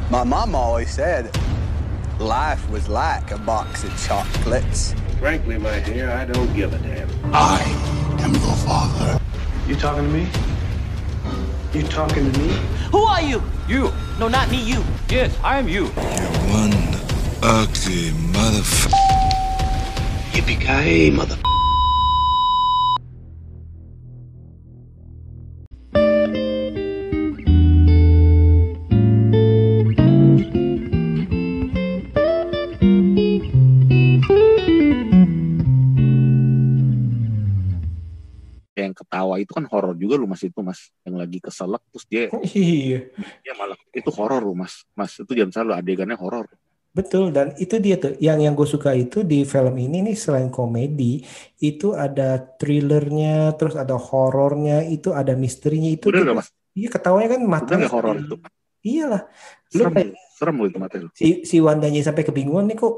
My mom always said life was like a box of chocolates. Frankly, my dear, I don't give a damn. I am your father. You talking to me? You talking to me? Who are you? You. No, not me, you. Yes, I am you. You one ugly motherfucker. Yippee-ki-yay, mother... Yang ketawa itu kan horor juga lu mas, itu mas yang lagi keselak terus dia malah itu horor lu mas itu jangan salah adegannya horor. Betul, dan itu dia tuh yang gue suka itu di film ini nih, selain komedi itu ada thrillernya, terus ada horornya, itu ada misterinya itu. Udah nggak mas? Iya, ketawanya kan mata. Udah nggak horor itu? Iyalah. Serem lu itu mata lu. Si Wandanya sampai kebingungan nih kok.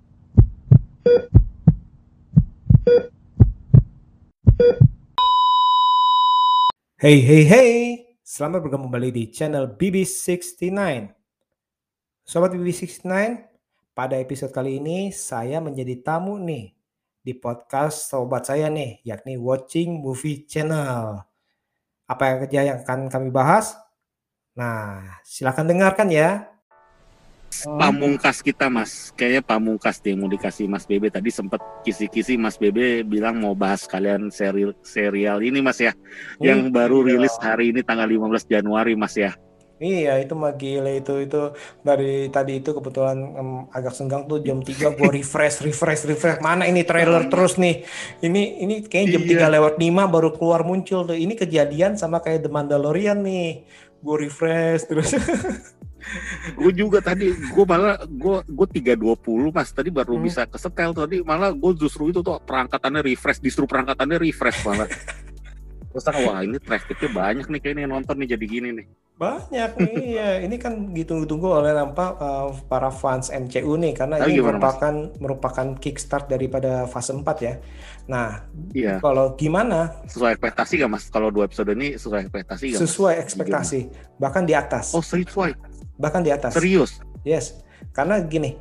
Hey, selamat bergabung kembali di channel BB69. Sobat BB69, pada episode kali ini saya menjadi tamu nih di podcast sobat saya nih, yakni Watching Movie Channel. Apa yang akan kami bahas? Nah, silakan dengarkan ya. Pamungkas kita mas, kayaknya pamungkas yang mau dikasih Mas Bebe. Tadi sempat kisi-kisi Mas Bebe bilang mau bahas kalian serial ini mas ya, yang baru rilis hari ini tanggal 15 Januari mas ya. Iya, itu mah gila itu dari tadi itu kebetulan agak senggang tuh jam 3 gue refresh. Mana ini trailer terus nih. Ini kayaknya jam 3:05 baru keluar muncul tuh. Ini kejadian sama kayak The Mandalorian nih. Gue refresh terus. Gue juga tadi, gue 3:20 mas tadi baru bisa kesetel tadi, malah gue justru itu tuh perangkatannya refresh malah. Terus wah ini trafficnya banyak nih kayaknya yang nonton nih jadi gini nih. Banyak nih ya, ini kan ditunggu-tunggu oleh para fans MCU nih, karena ini merupakan kickstart daripada fase 4 ya. Nah, kalau gimana? Sesuai ekspektasi gak mas? Kalau 2 episode ini sesuai ekspektasi gak? Sesuai ekspektasi, bahkan di atas. Oh sesuai? Bahkan di atas. Serius? Yes, karena gini,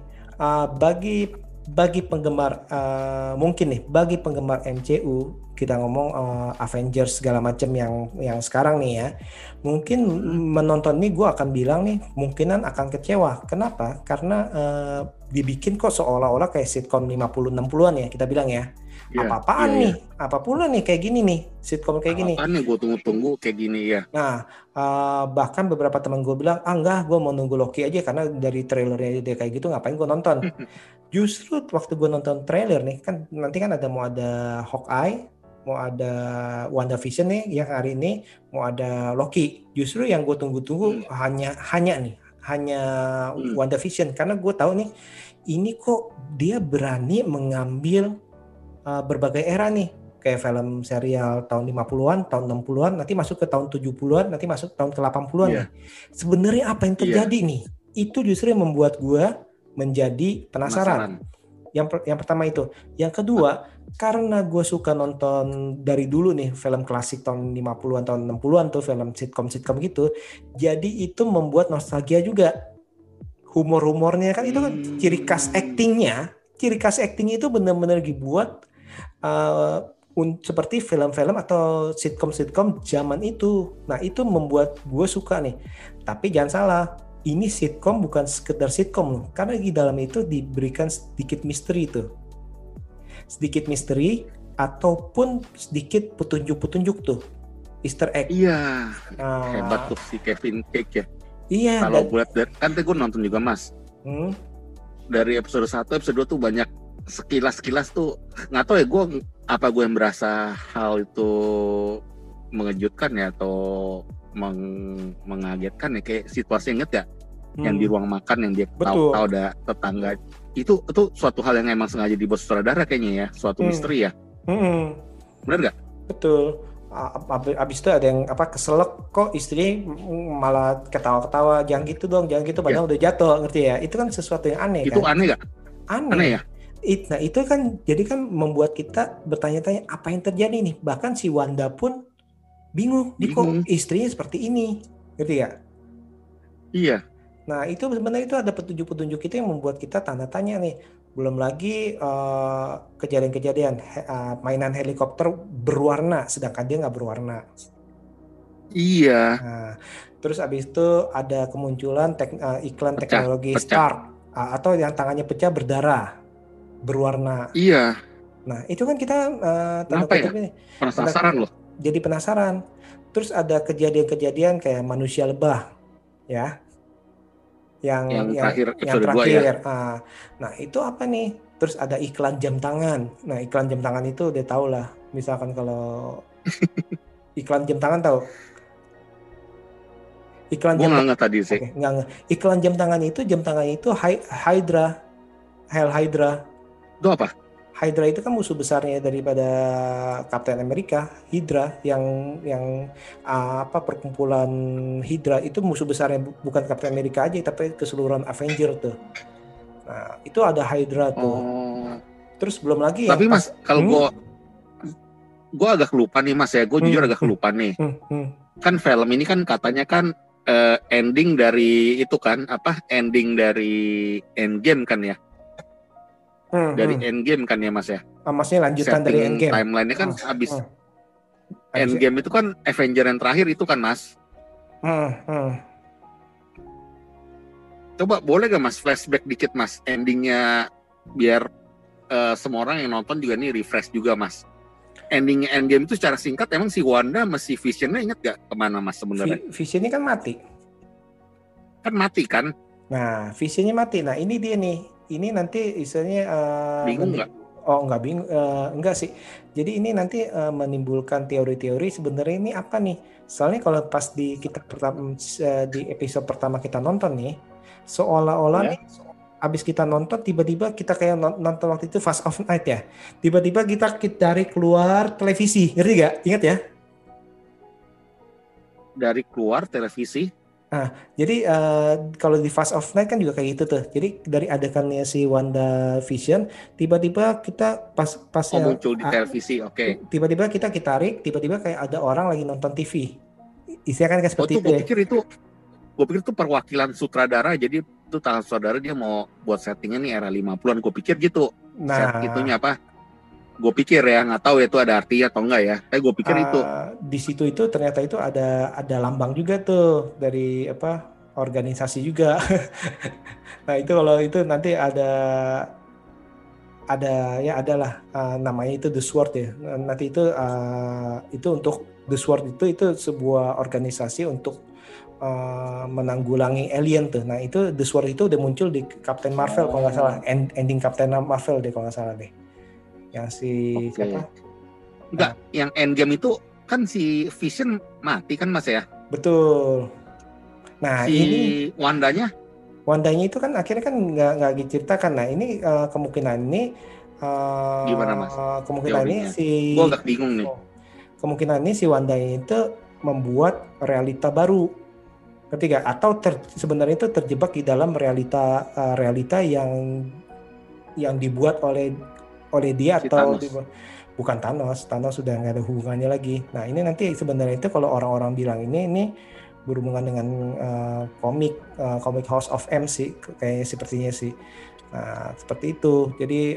bagi penggemar bagi penggemar MCU, kita ngomong Avengers segala macam yang sekarang nih ya, mungkin menonton ini gue akan bilang nih kemungkinan akan kecewa. Kenapa? Karena dibikin kok seolah-olah kayak sitcom 50-60an ya, kita bilang ya. Apa-apaan nih? Apa pula nih kayak gini nih, sitcom kayak gini. Apaan nih gue tunggu-tunggu kayak gini ya. Nah, bahkan beberapa teman gue bilang, enggak, gue mau nunggu Loki aja karena dari trailernya dia kayak gitu, ngapain gue nonton. Justru waktu gue nonton trailer nih, kan nanti kan mau ada Hawkeye, mau ada WandaVision nih yang hari ini, mau ada Loki. Justru yang gue tunggu-tunggu hanya WandaVision, karena gue tahu nih ini kok dia berani mengambil berbagai era nih, kayak film serial tahun 50-an, tahun 60-an, nanti masuk ke tahun 70-an, nanti masuk tahun ke 80-an nih. Sebenarnya apa yang terjadi nih? Itu justru yang membuat gue menjadi penasaran. Yang pertama itu. Yang kedua, karena gue suka nonton dari dulu nih film klasik tahun 50-an, tahun 60-an tuh, film sitcom gitu. Jadi itu membuat nostalgia juga. Humor-humornya kan itu kan ciri khas actingnya itu benar-benar dibuat seperti film-film atau sitcom zaman itu. Nah, itu membuat gue suka nih. Tapi jangan salah, ini sitcom bukan sekedar sitcom loh, karena di dalam itu diberikan sedikit misteri itu. Sedikit misteri ataupun sedikit petunjuk-petunjuk tuh. Easter egg. Iya. Hebat tuh si Kevin Feige ya. Iya. Kalau buat kan gue nonton juga mas. Dari episode 1, episode 2 tuh banyak sekilas tuh, nggak tahu ya gue yang berasa hal itu mengejutkan ya atau mengagetkan ya, kayak situasi inget ya yang di ruang makan yang dia tahu ada tetangga itu suatu hal yang emang sengaja dibuat sutradara kayaknya ya, suatu misteri ya. Benar nggak? Betul. Abis itu ada yang keselak kok istri malah ketawa-ketawa, jangan gitu dong, jangan gitu, padahal udah jatuh, ngerti ya? Itu kan sesuatu yang aneh. Itu kan? Aneh nggak? Aneh ya? Nah itu kan jadi kan membuat kita bertanya-tanya apa yang terjadi nih. Bahkan si Wanda pun bingung. Kok istrinya seperti ini, ngerti gak? Iya. Nah itu sebenarnya itu ada petunjuk-petunjuk itu yang membuat kita tanda tanya nih. Belum lagi kejadian-kejadian mainan helikopter berwarna, sedangkan dia nggak berwarna. Iya. Nah, terus abis itu ada kemunculan iklan teknologi pecah. Stark atau yang tangannya pecah berdarah, berwarna. Iya. Nah itu kan kita tanda Kenapa kutip ya? ini Penasaran loh. jadi penasaran. Terus ada kejadian-kejadian kayak manusia lebah, ya, yang terakhir episode 2 terakhir. ya. Nah itu apa nih? Terus ada iklan jam tangan. Nah iklan jam tangan itu udah tau lah. Misalkan kalau iklan jam tangan tahu? Iklan Gue nggak tadi sih. Okay, nggak. Iklan jam tangan itu Hydra, Hail Hydra. Itu apa? Hydra itu kan musuh besarnya daripada Captain America, Hydra yang perkumpulan Hydra itu musuh besarnya bukan Captain America aja tapi keseluruhan Avenger tuh. Nah, itu ada Hydra tuh. Terus belum lagi tapi Mas, kalau gue agak lupa nih Mas ya, gue jujur agak lupa nih. Kan film ini kan katanya kan ending dari itu kan ending dari Endgame kan ya. Dari Endgame kan ya Mas ya. Maksudnya lanjutan dari Endgame. Timeline-nya kan habis Endgame itu kan Avenger yang terakhir itu kan Mas. Coba boleh gak Mas flashback dikit Mas endingnya biar semua orang yang nonton juga nih refresh juga Mas. Endingnya Endgame itu secara singkat emang si Wanda masih Vision-nya inget gak kemana Mas sebenarnya? Vision-nya kan mati. Kan mati kan? Nah Vision-nya mati. Nah ini dia nih. Ini nanti istilahnya bingung nggak? Oh nggak bingung, enggak sih. Jadi ini nanti menimbulkan teori-teori sebenarnya ini apa nih? Soalnya kalau pas di episode pertama kita nonton nih, seolah-olah nih abis kita nonton tiba-tiba kita kayak nonton waktu itu Fast of Night ya. Tiba-tiba kita dari keluar televisi, ngerti gak? Ingat ya? Dari keluar televisi? Nah, jadi kalau di Fast of Night kan juga kayak gitu tuh. Jadi dari adegannya si Wanda Vision, tiba-tiba kita pas muncul di televisi, oke. Tiba-tiba kita tarik, tiba-tiba kayak ada orang lagi nonton TV. Isinya kan kayak seperti itu. Gue pikir itu perwakilan sutradara, jadi itu tangan sutradara dia mau buat settingnya nih era 50-an. Gue pikir gitu. Nah, itunya apa? Gue pikir ya, nggak tahu ya itu ada artinya atau enggak ya. Tapi gue pikir itu. Di situ itu ternyata itu ada lambang juga tuh dari organisasi juga. Nah itu kalau itu nanti adalah namanya itu The Sword ya. Nanti itu untuk The Sword itu sebuah organisasi untuk menanggulangi alien tuh. Nah itu The Sword itu udah muncul di Captain Marvel kalau nggak salah. Ending Captain Marvel deh kalau nggak salah deh. Yang siapa? Enggak, yang Endgame itu kan si Vision mati kan Mas ya? Betul. Nah ini Wandanya itu kan akhirnya kan nggak diceritakan. Nah ini kemungkinan ini gimana Mas? Kemungkinan ini gue agak bingung nih. Kemungkinan ini si Wandanya itu membuat realita baru. Ketiga atau sebenarnya itu terjebak di dalam realita yang dibuat oleh dia si atau bukan Thanos sudah nggak ada hubungannya lagi. Nah ini nanti sebenarnya itu kalau orang-orang bilang ini berhubungan dengan komik House of M sih kayaknya sepertinya sih. Nah seperti itu. Jadi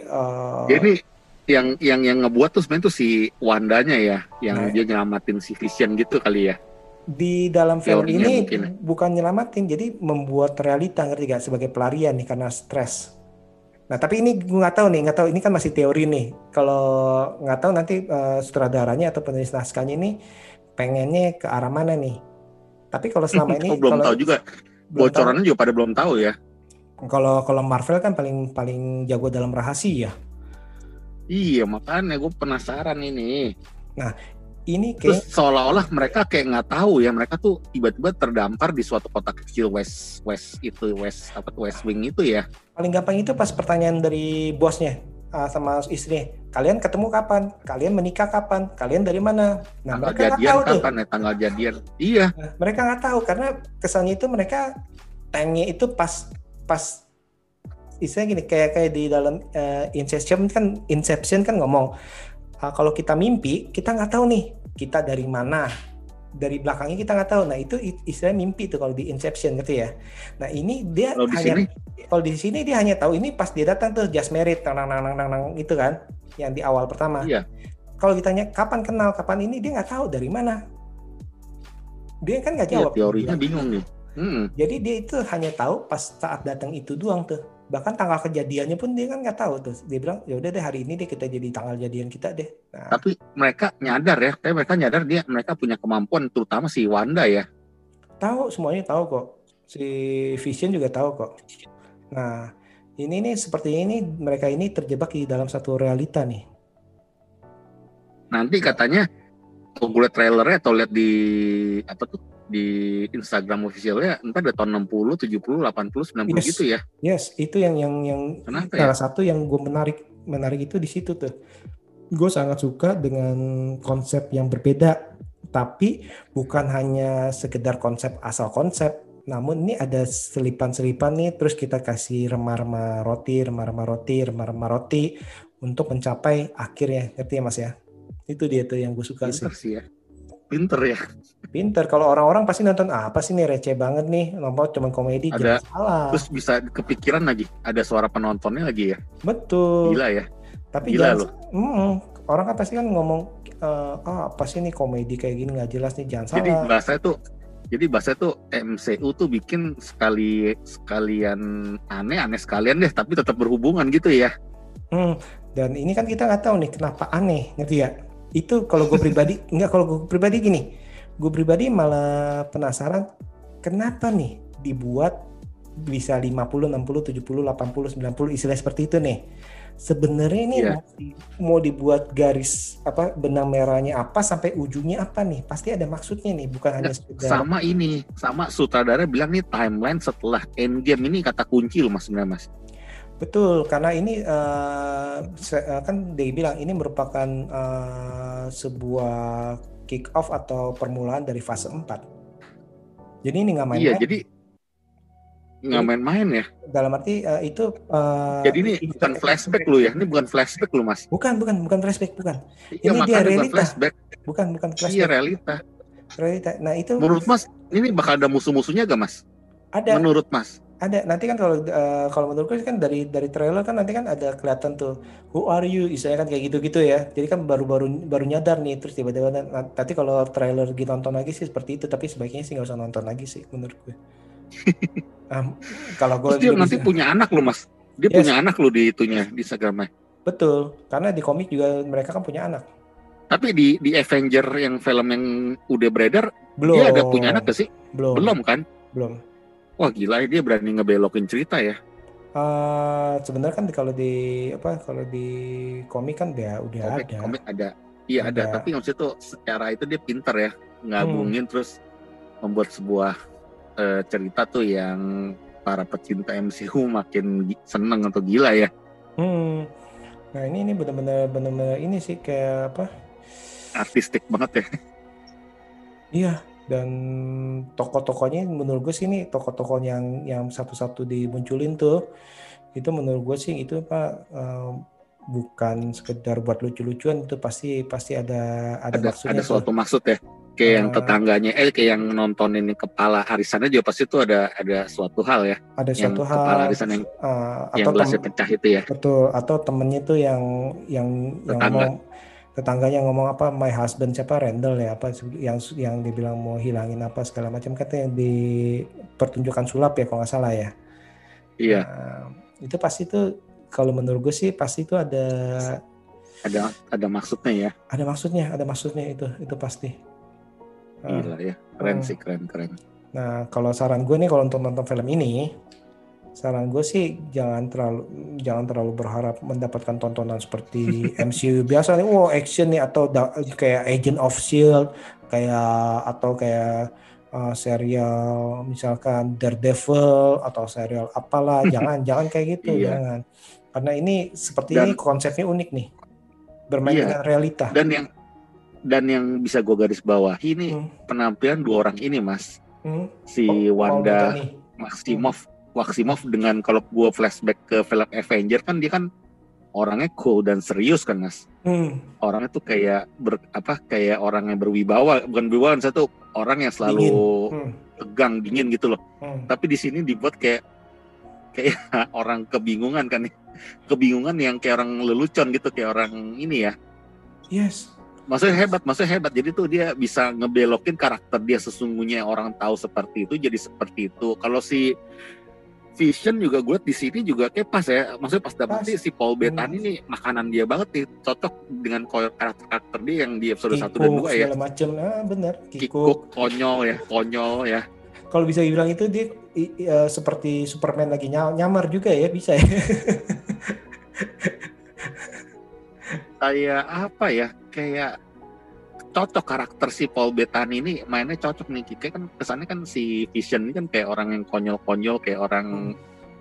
yang ngebuat tuh sebenarnya tuh si Wandanya ya, yang dia nyelamatin si Vision gitu kali ya. Di dalam film ini bukan nyelamatin, jadi membuat realita, ngerti gak, sebagai pelarian nih karena stres. Nah tapi ini gue nggak tahu ini kan masih teori nih. Kalau nggak tahu nanti sutradaranya atau penulis naskahnya ini pengennya ke arah mana nih. Tapi kalau selama ini belum tahu juga. Bocorannya juga pada belum tahu ya. Kalau Marvel kan paling jago dalam rahasia. Iya makanya gue penasaran ini. Nah ini kayak seolah-olah mereka kayak nggak tahu ya, mereka tuh tiba-tiba terdampar di suatu kota kecil West Wing itu ya. Paling gampang itu pas pertanyaan dari bosnya sama istrinya, kalian ketemu kapan? Kalian menikah kapan? Kalian dari mana? Nah mereka nggak tahu tuh. Tanggal jadian. Iya. Nah, mereka nggak tahu karena kesannya itu mereka tanya itu pas istilahnya gini kayak di dalam Inception kan ngomong. Kalau kita mimpi, kita nggak tahu nih kita dari mana, dari belakangnya kita nggak tahu. Nah itu istilahnya mimpi tuh kalau di Inception gitu ya. Nah ini dia Kalau di sini, kalau di sini dia hanya tahu ini pas dia datang tuh just married nang itu kan yang di awal pertama. iya. Kalau ditanya kapan kenal, kapan ini, dia nggak tahu dari mana. Dia kan nggak Iya, jawab. teorinya bingung nih. Jadi dia itu hanya tahu pas saat datang itu doang tuh. Bahkan tanggal kejadiannya pun dia kan nggak tahu tuh. Dia bilang ya udah deh hari ini deh kita jadi tanggal jadian kita deh. Nah, Tapi mereka nyadar ya, mereka punya kemampuan, terutama si Wanda ya. tahu semuanya tahu kok. Si Vision juga tahu kok. Nah ini nih seperti ini mereka ini terjebak di dalam satu realita nih. Nanti katanya, kalau gue liat trailernya atau lihat di apa tuh di Instagram officialnya, entar ada tahun 60, 70, 80, 90 Yes. gitu ya. Yes, itu yang Kenapa salah ya? satu yang gue menarik itu di situ tuh. Gue sangat suka dengan konsep yang berbeda, tapi bukan hanya sekedar konsep asal konsep, namun ini ada selipan-selipan nih, terus kita kasih remah-remah roti untuk mencapai akhirnya, ngerti ya Mas ya? Itu dia tuh yang gue suka sih. Pinter sih ya. Pinter ya. Pinter, kalau orang-orang pasti nonton apa sih nih receh banget nih, nonton cuma komedi, Ada- jangan salah. Terus bisa kepikiran lagi, ada suara penontonnya lagi ya. Betul. Gila ya. Tapi Gila jangan, orang kan pasti kan ngomong apa sih nih komedi kayak gini nggak jelas nih, jangan Jadi salah. bahasa tuh MCU tuh bikin sekalian aneh sekalian deh, tapi tetap berhubungan gitu ya. Dan ini kan kita nggak tahu nih kenapa aneh, ngerti ya? Itu kalau gue pribadi kalau gue pribadi gini, gue pribadi malah penasaran kenapa nih dibuat bisa 50, 60, 70, 80, 90 istilah seperti itu nih. Sebenarnya ini Iya. mau dibuat garis apa benang merahnya apa sampai ujungnya apa nih? Pasti ada maksudnya nih, bukan hanya sekedar. Sama sutradara bilang nih timeline setelah Endgame ini kata kunci loh Mas sebenarnya Mas. Betul, karena ini kan dia bilang ini merupakan sebuah kick off atau permulaan dari fase 4. Jadi ini nggak main-main. Iya, jadi nggak main-main ya. Dalam arti itu Jadi ini bukan flashback lo ya, ini bukan flashback lo Mas. bukan flashback, bukan. Iya, Ini dia makanya bukan realita. flashback. Bukan Iya, flashback. realita. Realita. Nah, itu Menurut Mas, ini bakal ada musuh-musuhnya gak Mas? ada Menurut Mas? nanti kan kalau menurutku kan dari trailer kan nanti kan ada kelihatan tuh who are you istilahnya kan kayak gitu-gitu ya. Jadi kan baru nyadar nih, terus tiba-tiba nanti kalau trailer ditonton lagi sih seperti itu, tapi sebaiknya sih nggak usah nonton lagi sih menurut gue. Kalau gue Terus dia nanti punya anak lo Mas. Dia Yes. punya anak lo di itunya, di Instagramnya. betul, karena di komik juga mereka kan punya anak. Tapi di Avenger yang film yang udah beredar, Belum. dia ada punya anak gak sih? Belum. Belum kan? Belum. Wah gila, dia berani ngebelokin cerita ya. Sebenarnya kan kalau di komik kan dia udah ada. Komik ada. Iya ada, Ada. tapi maksudnya tuh secara itu dia pinter ya, ngabungin terus membuat sebuah cerita tuh yang para pecinta MCU makin seneng atau gila ya. Nah ini benar-benar ini sih kayak apa? Artistik banget ya. Iya, dan tokoh-tokohnya menurut gue sih ini tokoh-tokoh yang satu-satu dimunculin tuh, itu menurut gue sih itu bukan sekedar buat lucu-lucuan, itu pasti ada maksudnya. Ada suatu maksud ya. Kayak yang tetangganya, kayak yang nontonin kepala arisannya juga pasti tuh ada suatu hal ya. Ada Yang suatu kepala hal arisan yang atau gelasnya pecah itu ya. betul, atau temennya tuh yang Tetangga. ngomong, tetangganya ngomong apa, my husband siapa, Randall ya, apa yang dibilang mau hilangin apa segala macam, katanya yang di pertunjukan sulap ya kalau nggak salah ya. Iya. Nah, itu pasti tuh kalau menurut gue sih pasti itu ada maksudnya ya. Ada maksudnya itu pasti. Gila ya, keren sih, keren. Nah, kalau saran gue nih kalau untuk nonton film ini, saran gue sih jangan terlalu berharap mendapatkan tontonan seperti MCU biasa nih, action nih atau kayak Agent of Shield, atau kayak serial misalkan Daredevil atau serial apalah, jangan kayak gitu, Iya. jangan. Karena ini ini konsepnya unik nih, bermain dengan realita. Dan yang bisa gue garis bawahi nih penampilan dua orang ini Mas, si Wanda Maximoff dengan, kalau gue flashback ke film Avenger kan dia kan orangnya cool dan serius kan mas. Orangnya tuh kayak kayak orang yang berwibawa, bukan berwibawa, saya tuh orang yang selalu tegang, dingin gitu loh. Tapi di sini dibuat kayak orang kebingungan kan, kebingungan yang kayak orang lelucon gitu, kayak orang ini ya. Yes. Maksudnya hebat. Jadi tuh dia bisa ngebelokin karakter dia sesungguhnya orang tahu seperti itu jadi seperti itu. Kalau si Vision juga gue di sini juga kayak pas ya. Maksudnya pas dapet si Paul Bettany ini makanan dia banget nih, cocok dengan karakter dia yang di episode 1 dan 2 ya. Segala macam. Benar. Kikuk konyol ya. Kalau bisa dibilang itu dia seperti Superman lagi nyamar juga ya, bisa ya. Kayak apa ya, kayak cocok karakter si Paul Bettany ini mainnya cocok nih. Kayak kan kesannya kan si Vision ini kan kayak orang yang konyol-konyol, kayak orang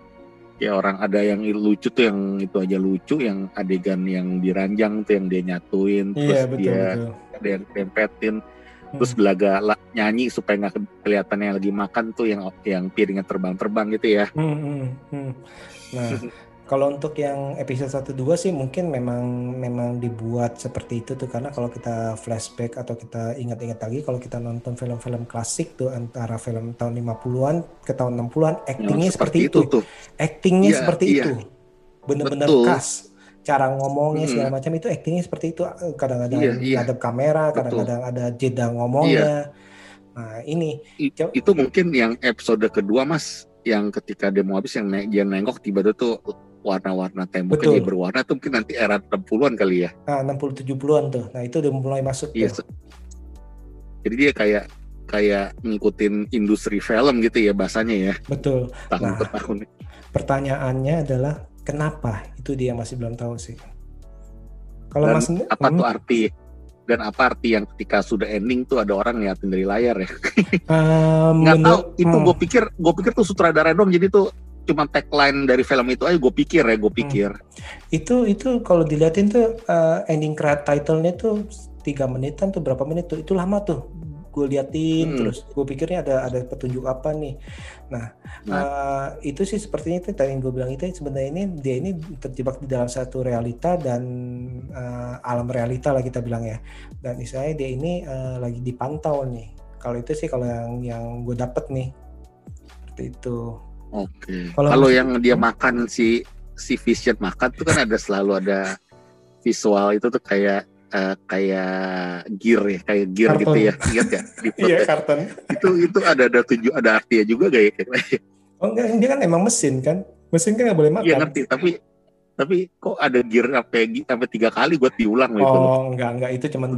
ada yang lucu tuh, yang itu aja lucu, yang adegan yang diranjang tuh yang dia nyatuin, terus betul. Ada yang tempetin, terus belaga nyanyi supaya nggak kelihatannya lagi makan tuh, yang piringnya terbang-terbang gitu ya. Nah, kalau untuk yang episode 1-2 sih mungkin memang dibuat seperti itu tuh, karena kalau kita flashback atau kita ingat-ingat lagi, kalau kita nonton film-film klasik tuh antara film tahun 50-an ke tahun 60-an, actingnya seperti itu. Actingnya seperti itu. Benar-benar khas. Cara ngomongnya segala macam itu actingnya seperti itu. Kadang-kadang ngadep kamera, kadang-kadang ada jeda ngomongnya. Nah, ini itu mungkin yang episode kedua Mas, yang ketika demo habis yang dia nengok tiba-tiba tuh warna-warna temboknya dia berwarna tuh, mungkin nanti era 60-an kali ya. 60-70-an tuh. Nah, itu udah mulai masuk tuh. Jadi dia kayak ngikutin industri film gitu ya bahasanya ya. Betul. Tahun ke tahun. Pertanyaannya adalah kenapa? Itu dia masih belum tahu sih. Kalau Mas apa tuh arti? Dan apa arti yang ketika sudah ending tuh ada orang ngeliatin dari layar ya? Nggak tahu. Itu gue pikir tuh sutradara dong. Jadi tuh cuma tagline dari film itu aja gue pikir. Itu kalau dilihatin tuh ending title-nya tuh 3 menitan tuh, berapa menit tuh, itu lama tuh gue liatin. Terus gue pikirnya ada petunjuk apa nih. Nah, itu sih sepertinya itu tadi yang gue bilang itu sebenarnya dia ini terjebak di dalam satu realita dan alam realita lah kita bilang ya, dan istilahnya dia ini lagi dipantau nih. Kalau itu sih kalau yang gue dapet nih seperti itu. Oke. Kalau yang dia makan si Vision makan tuh kan selalu ada visual itu tuh kayak gear ya, kayak gear karton. Gitu ya, ingat ya? Iya, karton. Itu ada artinya juga gak ya? Oh enggak, dia kan emang mesin kan nggak boleh makan. Iya ngerti, tapi kok ada gear sampai 3 kali buat diulang gitu. Oh enggak, itu cuma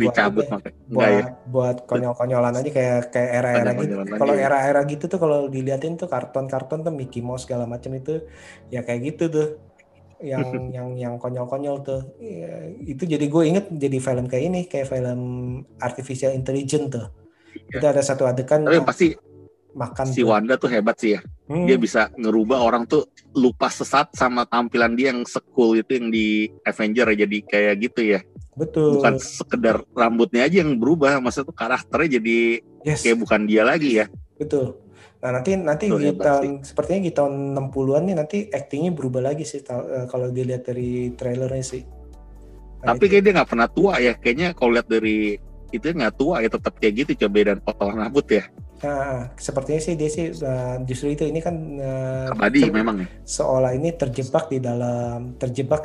buat konyol-konyolan aja, kayak era-era gitu. Kalau era-era gitu tuh kalau diliatin tuh karton tuh Mickey Mouse segala macam itu ya kayak gitu tuh. yang konyol-konyol tuh ya, itu jadi gue inget jadi film kayak film Artificial Intelligence tuh. Itu ada satu adegan tapi pasti makan si Wanda tuh hebat sih ya. Dia bisa ngerubah orang tuh lupa sesat sama tampilan dia yang sekul itu yang di Avenger jadi kayak gitu ya. Betul. Bukan sekedar rambutnya aja yang berubah, maksudnya tuh karakternya jadi kayak bukan dia lagi ya. Betul. Nah nanti sepertinya di tahun 60-an nih nanti actingnya berubah lagi sih kalau dilihat dari trailernya sih. Tapi kayak dia nggak pernah tua ya, kayaknya kalau lihat dari itu nggak tua ya, tetap kayak gitu coba, dan potongan rambut ya. Nah sepertinya sih dia sih justru itu ini kan abadi memang ya. Seolah ini terjebak di dalam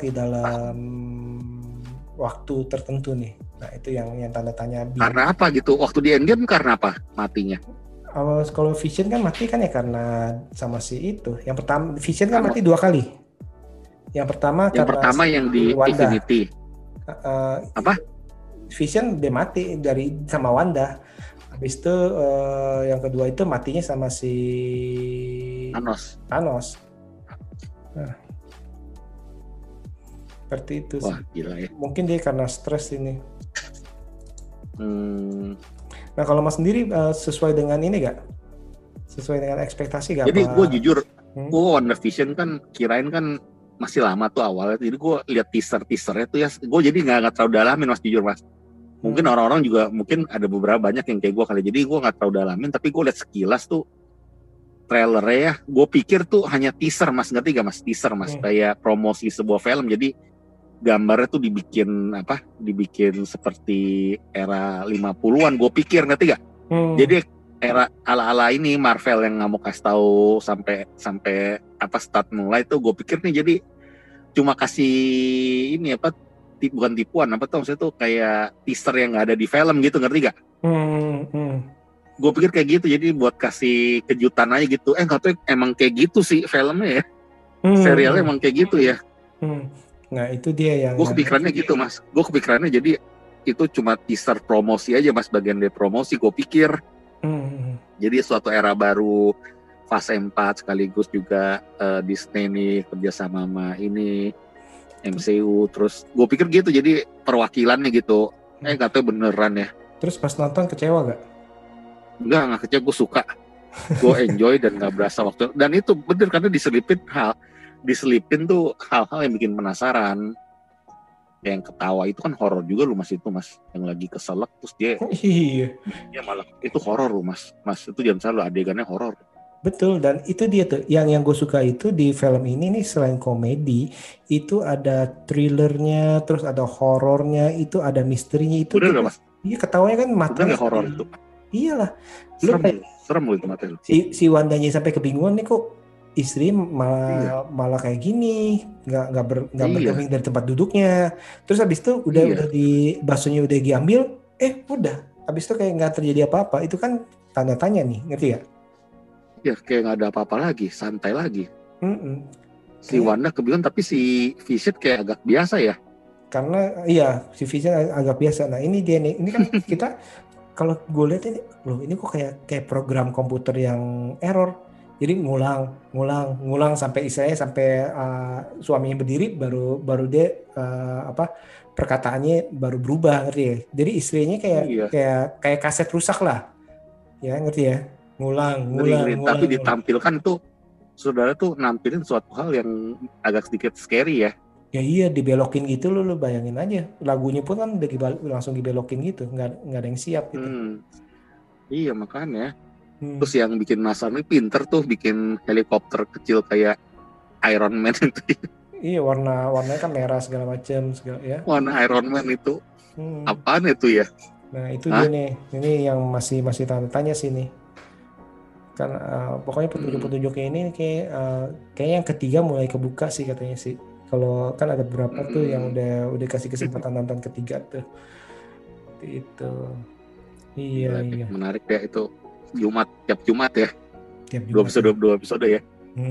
waktu tertentu nih. Nah itu yang tanda tanya. Karena apa gitu? Waktu di Endgame karena apa matinya? Kalau Vision kan mati kan ya karena sama si itu. Yang pertama Vision kan mati 2 kali. Yang pertama yang di Wanda. Infinity. Apa? Vision dia mati sama Wanda. Habis itu yang kedua itu matinya sama si Thanos. Nah, seperti itu. Wah, gila ya. Mungkin dia karena stres ini. Nah kalau Mas sendiri sesuai dengan ini gak? Sesuai dengan ekspektasi gak? Jadi gue jujur, gue WandaVision kan kirain kan masih lama tuh awalnya. Jadi gue lihat teasernya tuh ya, gue jadi nggak terlalu dalamin Mas, jujur Mas. Mungkin orang-orang juga mungkin ada beberapa banyak yang kayak gue kali. Jadi gue nggak terlalu dalamin, tapi gue lihat sekilas tuh trailernya ya. Gue pikir tuh hanya teaser Mas, ngerti gak Mas? Teaser Mas, kayak promosi sebuah film. Jadi gambarnya tuh dibikin seperti era 50-an. Gue pikir ngerti gak? Jadi era ala-ala ini Marvel yang nggak mau kasih tahu sampai start mulai tuh, gue pikir nih jadi cuma kasih ini bukan tipuan maksudnya tuh kayak teaser yang nggak ada di film gitu, ngerti gak? Gue pikir kayak gitu, jadi buat kasih kejutan aja gitu. Nggak tahu emang kayak gitu sih filmnya ya. Serialnya emang kayak gitu ya. Nah itu dia yang gue kepikirannya gitu mas. Gue kepikirannya jadi itu cuma teaser promosi aja mas, bagian dari promosi gue pikir. Jadi suatu era baru, fase 4 sekaligus juga Disney nih kerjasama sama ini MCU. Terus gue pikir gitu, jadi perwakilannya gitu. Nggak tahu beneran ya. Terus pas nonton kecewa gak? Enggak kecewa, gue suka. Gue enjoy dan gak berasa waktu. Dan itu bener karena diselipin tuh hal-hal yang bikin penasaran. Yang ketawa itu kan horor juga lu mas, itu mas yang lagi keselak terus dia ya malah itu horor lu mas itu jangan salah adegannya horor. Betul, dan itu dia tuh yang gue suka itu di film ini nih, selain komedi itu ada thrillernya, terus ada horornya, itu ada misterinya itu. Bener gak mas? Iya, ketawanya kan mata. Bener gak horor itu? Iyalah. Serem lu itu materi. Si Wandanya sampai kebingungan nih kok istri malah kayak gini, nggak bergeming dari tempat duduknya. Terus habis itu udah di baksonya udah diambil, udah habis itu kayak nggak terjadi apa-apa. Itu kan tanda tanya nih, ngerti ya? Ya kayak nggak ada apa-apa lagi, santai lagi. Si Wanda kebingungan, tapi si Vision kayak agak biasa ya. Karena si Vision agak biasa. Nah ini dia nih, ini kan kita kalau gue lihat ini, loh ini kok kayak program komputer yang error. Jadi ngulang sampai suaminya berdiri baru dia perkataannya baru berubah, ngerti ya. Jadi istrinya kayak kaset rusak lah. Ya, ngerti ya. Ngulang. Tapi ditampilkan tuh saudara tuh nampilin suatu hal yang agak sedikit scary ya. Ya iya, dibelokin gitu lo bayangin aja. Lagunya pun kan udah langsung dibelokin gitu, nggak ada yang siap gitu. Iya makanya. Terus yang bikin penasaran pinter tuh bikin helikopter kecil kayak Iron Man itu. Iya, warnanya kan merah segala macam ya. Warna Iron Man itu. Apaan itu ya? Nah, itu dia nih. Ini yang masih tanya sih nih. Kan pokoknya petunjuk-petunjuknya ini kayak yang ketiga mulai kebuka sih katanya sih. Kalau kan ada beberapa tuh yang udah kasih kesempatan nonton ketiga tuh. Itu. Iya. Menarik ya itu. Tiap Jumat ya. 2 episode ya.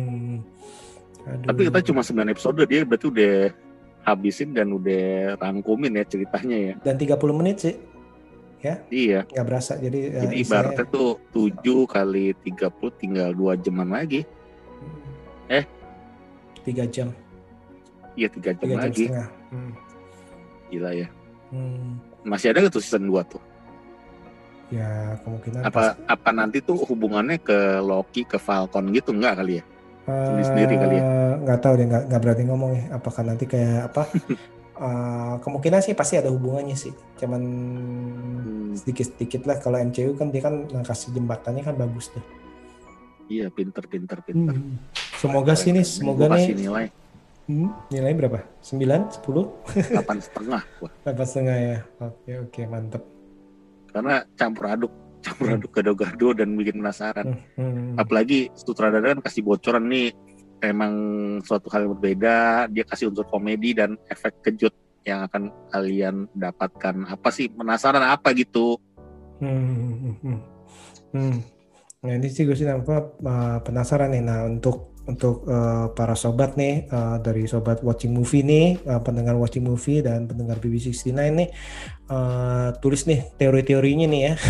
Tapi kita cuma 9 episode, dia berarti udah habisin dan udah rangkumin ya ceritanya ya. Dan 30 menit sih. Ya. Iya. Nggak berasa. Jadi ibaratnya tuh 7 kali 30 tinggal 2 jaman lagi. 3 jam. Iya 3 jam lagi. Gila ya. Masih ada nggak tuh season 2 tuh? Ya kemungkinan apa nanti tuh hubungannya ke Loki, ke Falcon gitu, enggak kali ya? Sendiri kali ya? Nggak tahu deh, nggak berani ngomong ya. Apakah nanti kayak apa? Kemungkinan sih pasti ada hubungannya sih. Cuman sedikit lah. Kalau MCU kan dia kan kasih jembatannya kan bagus tuh. Iya, pinter. Semoga sih nih, semoga nih. Nilai. Nilai berapa? 9, 10? 8,5 gua. 8,5 ya. Oke, mantap. Karena campur aduk gado-gado dan bikin penasaran. Apalagi sutradara kan kasih bocoran nih, emang suatu hal yang berbeda, dia kasih unsur komedi dan efek kejut yang akan kalian dapatkan. Apa sih, penasaran apa gitu. Nah ini sih gue sih penasaran nih. Nah untuk para sobat nih, dari sobat watching movie nih, pendengar watching movie dan pendengar BB69 nih, tulis nih teori-teorinya nih ya.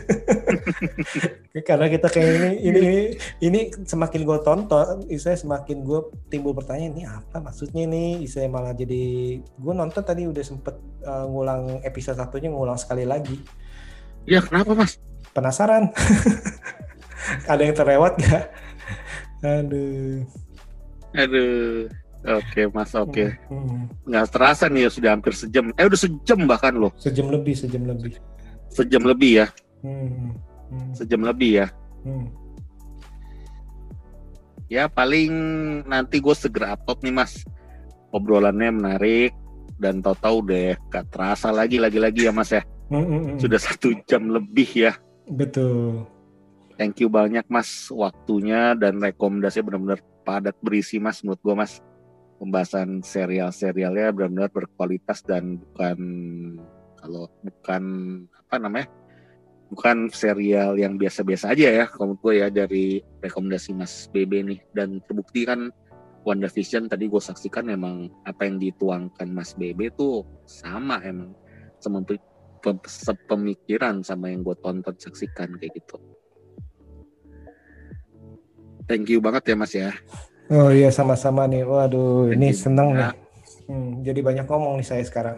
Karena kita kayak ini semakin gue tonton, saya semakin gue timbul pertanyaan, ini apa maksudnya nih? Saya malah jadi, gue nonton tadi udah sempet ngulang episode 1-nya, ngulang sekali lagi. Ya kenapa mas? Penasaran. Ada yang terlewat gak? Aduh. Oke mas, oke. Nggak terasa nih ya, sudah hampir sejam. Udah sejam bahkan loh. Sejam lebih. Sejam lebih ya. Sejam lebih ya. Ya paling nanti gue segera upload nih mas. Obrolannya menarik. dan tahu-tahu deh gak terasa lagi ya Mas ya. Sudah 1 jam lebih ya. Betul. Thank you banyak Mas waktunya dan rekomendasinya benar-benar padat berisi Mas menurut gue Mas. Pembahasan serial-serialnya benar-benar berkualitas dan bukan serial yang biasa-biasa aja ya kalau menurut gue ya dari rekomendasi Mas BB nih. Dan terbukti kan WandaVision tadi gue saksikan emang apa yang dituangkan Mas BB tuh sama emang sepemikiran sama yang gue tonton saksikan kayak gitu. Thank you banget ya Mas ya. Oh iya sama-sama nih. Waduh, Thank ini you seneng nih. banyak. Jadi banyak ngomong nih saya sekarang.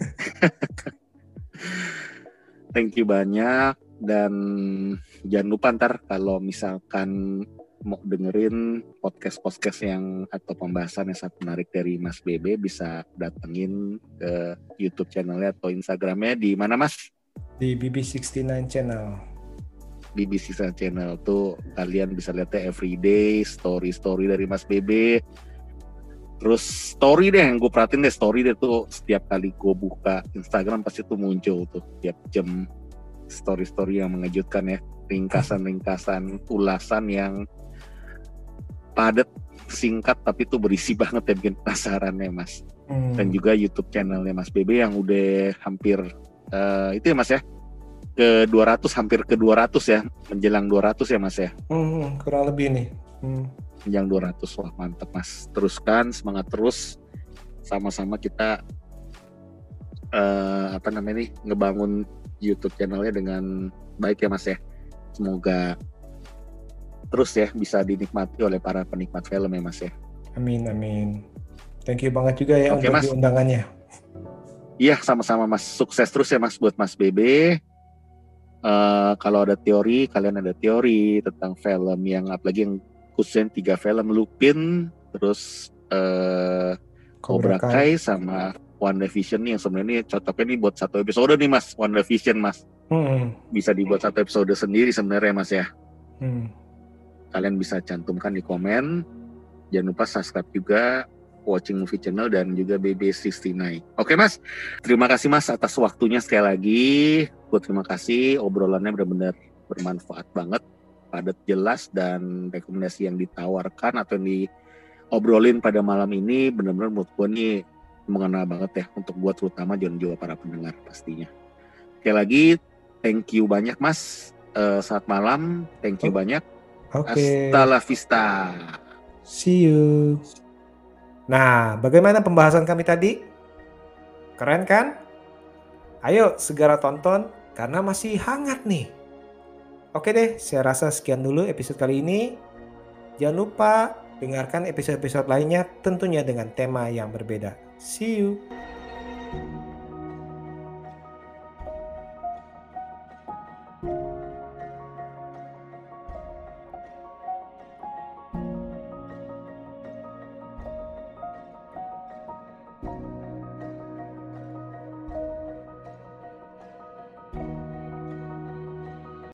Thank you banyak dan jangan lupa ntar kalau misalkan mau dengerin podcast yang atau pembahasan yang sangat menarik dari Mas BB bisa datengin ke YouTube channelnya atau Instagramnya di mana Mas? Di BB69 channel. BB69 channel tuh kalian bisa lihatnya everyday story dari Mas BB. Terus story deh yang gue perhatiin deh, story deh tuh setiap kali gue buka Instagram pasti tuh muncul tuh tiap jam story yang mengejutkan ya, ringkasan ulasan yang padat, singkat tapi tuh berisi banget ya, bikin penasaran ya Mas. Dan juga YouTube channelnya Mas BB yang udah hampir itu ya Mas ya ke 200, hampir ke 200 ya, menjelang 200 ya Mas ya. Kurang lebih nih. Yang 200, wah mantap Mas, teruskan, semangat terus, sama-sama kita ngebangun YouTube channelnya dengan baik ya Mas ya. Semoga terus ya bisa dinikmati oleh para penikmat film ya Mas ya. Amin. Thank you banget juga ya Oke, untuk Mas. undangannya. Iya sama-sama Mas, sukses terus ya Mas buat Mas BB. Kalau ada teori, kalian ada teori tentang film yang apalagi yang khususnya 3 film Lupin, terus Cobra Kai sama WandaVision nih yang sebenarnya cocoknya nih buat 1 episode nih Mas. WandaVision Mas bisa dibuat 1 episode sendiri sebenarnya Mas ya. Kalian bisa cantumkan di komen. Jangan lupa subscribe juga Watching Movie Channel dan juga BB69. Oke Mas, terima kasih Mas atas waktunya sekali lagi. Gue terima kasih, obrolannya benar-benar bermanfaat banget, padat, jelas, dan rekomendasi yang ditawarkan atau yang diobrolin pada malam ini benar-benar menurut gue nih mengena banget ya untuk buat terutama juga para pendengar pastinya. Sekali lagi, thank you banyak Mas. Saat malam, thank you banyak. Hasta la vista. See you. Nah, bagaimana pembahasan kami tadi? Keren kan? Ayo segera tonton karena masih hangat nih. Oke deh, saya rasa sekian dulu episode kali ini. Jangan lupa dengarkan episode-episode lainnya tentunya dengan tema yang berbeda. See you.